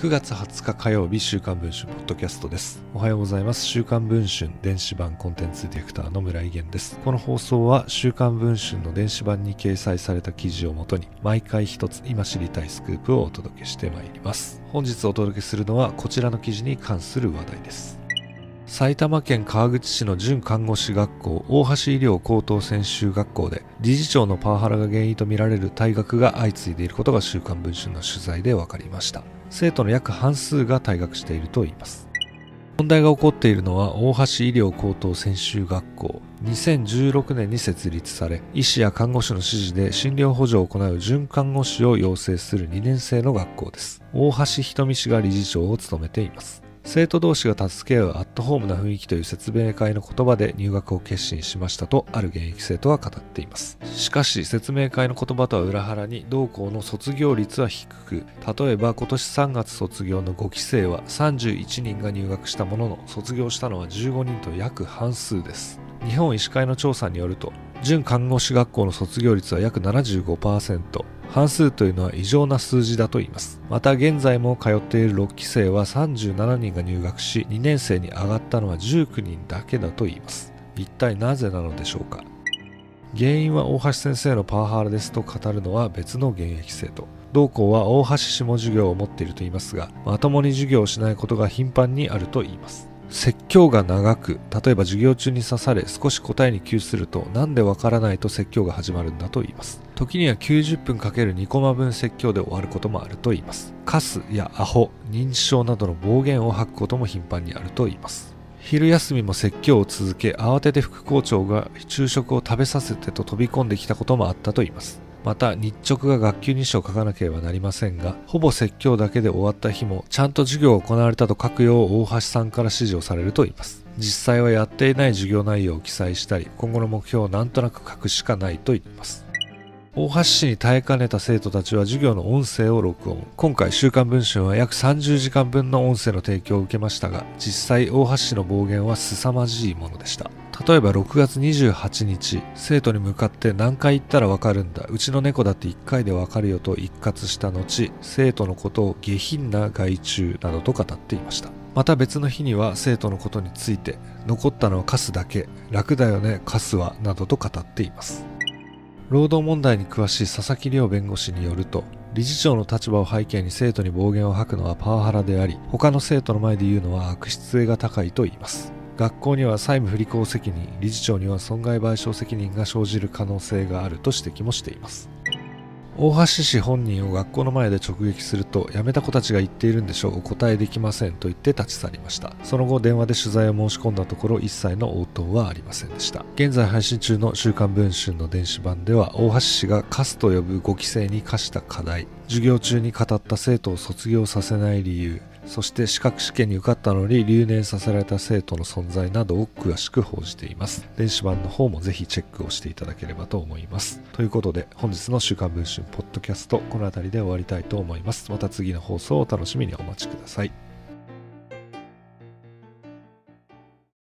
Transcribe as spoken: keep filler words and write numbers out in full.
くがつはつか火曜日、週刊文春ポッドキャストです。おはようございます。週刊文春電子版コンテンツディレクターの村井源です。この放送は週刊文春の電子版に掲載された記事をもとに毎回一つ今知りたいスクープをお届けしてまいります。本日お届けするのはこちらの記事に関する話題です。埼玉県川口市の準看護師学校大橋医療高等専修学校で理事長のパワハラが原因とみられる退学が相次いでいることが週刊文春の取材で分かりました。生徒の約半数が退学しているといいます。問題が起こっているのは大橋医療高等専修学校。にせんじゅうろくねんに設立され、医師や看護師の指示で診療補助を行う準看護師を養成するにねん生の学校です。大橋ひとみ氏が理事長を務めています。生徒同士が助け合うアットホームな雰囲気という説明会の言葉で入学を決心しましたとある現役生徒は語っています。しかし説明会の言葉とは裏腹に同校の卒業率は低く、例えば今年さんがつ卒業のごき生はさんじゅういちにんが入学したものの卒業したのはじゅうごにんと約半数です。日本医師会の調査によると準看護師学校の卒業率は約 ななじゅうごパーセント、半数というのは異常な数字だと言います。また現在も通っているろっき生はさんじゅうななにんが入学し、にねん生に上がったのはじゅうきゅうにんだけだと言います。一体なぜなのでしょうか。原因は大橋先生のパワハラですと語るのは別の現役生徒。同校は大橋氏も授業を持っていると言いますが、まともに授業をしないことが頻繁にあると言います。説教が長く、例えば授業中に刺され少し答えに窮するとなんでわからないと説教が始まるんだと言います。時にはきゅうじゅっぷんかけるにコマ分説教で終わることもあると言います。カスやアホ、認知症などの暴言を吐くことも頻繁にあると言います。昼休みも説教を続け、慌てて副校長が昼食を食べさせてと飛び込んできたこともあったと言います。また日直が学級日誌を書かなければなりませんが、ほぼ説教だけで終わった日もちゃんと授業が行われたと書くよう大橋さんから指示をされると言います。実際はやっていない授業内容を記載したり、今後の目標をなんとなく書くしかないと言います。大橋氏に耐えかねた生徒たちは授業の音声を録音。今回週刊文春は約さんじゅうじかんぶんの音声の提供を受けましたが、実際大橋氏の暴言は凄まじいものでした。例えばろくがつにじゅうはちにち、生徒に向かって何回言ったらわかるんだ、うちの猫だっていっかいでわかるよと一括した後、生徒のことを下品な害虫などと語っていました。また別の日には生徒のことについて、残ったのはカスだけ、楽だよねカスは、などと語っています。労働問題に詳しい佐々木亮弁護士によると、理事長の立場を背景に生徒に暴言を吐くのはパワハラであり、他の生徒の前で言うのは悪質性が高いと言います。学校には債務不履行責任、理事長には損害賠償責任が生じる可能性があると指摘もしています。大橋氏本人を学校の前で直撃すると、辞めた子たちが言っているんでしょう、お答えできませんと言って立ち去りました。その後電話で取材を申し込んだところ一切の応答はありませんでした。現在配信中の週刊文春の電子版では、大橋氏がカスと呼ぶごき生に課した課題、授業中に語った生徒を卒業させない理由、そして資格試験に受かったのに留年させられた生徒の存在などを詳しく報じています。電子版の方もぜひチェックをしていただければと思います。ということで本日の週刊文春ポッドキャスト、この辺りで終わりたいと思います。また次の放送をお楽しみにお待ちください。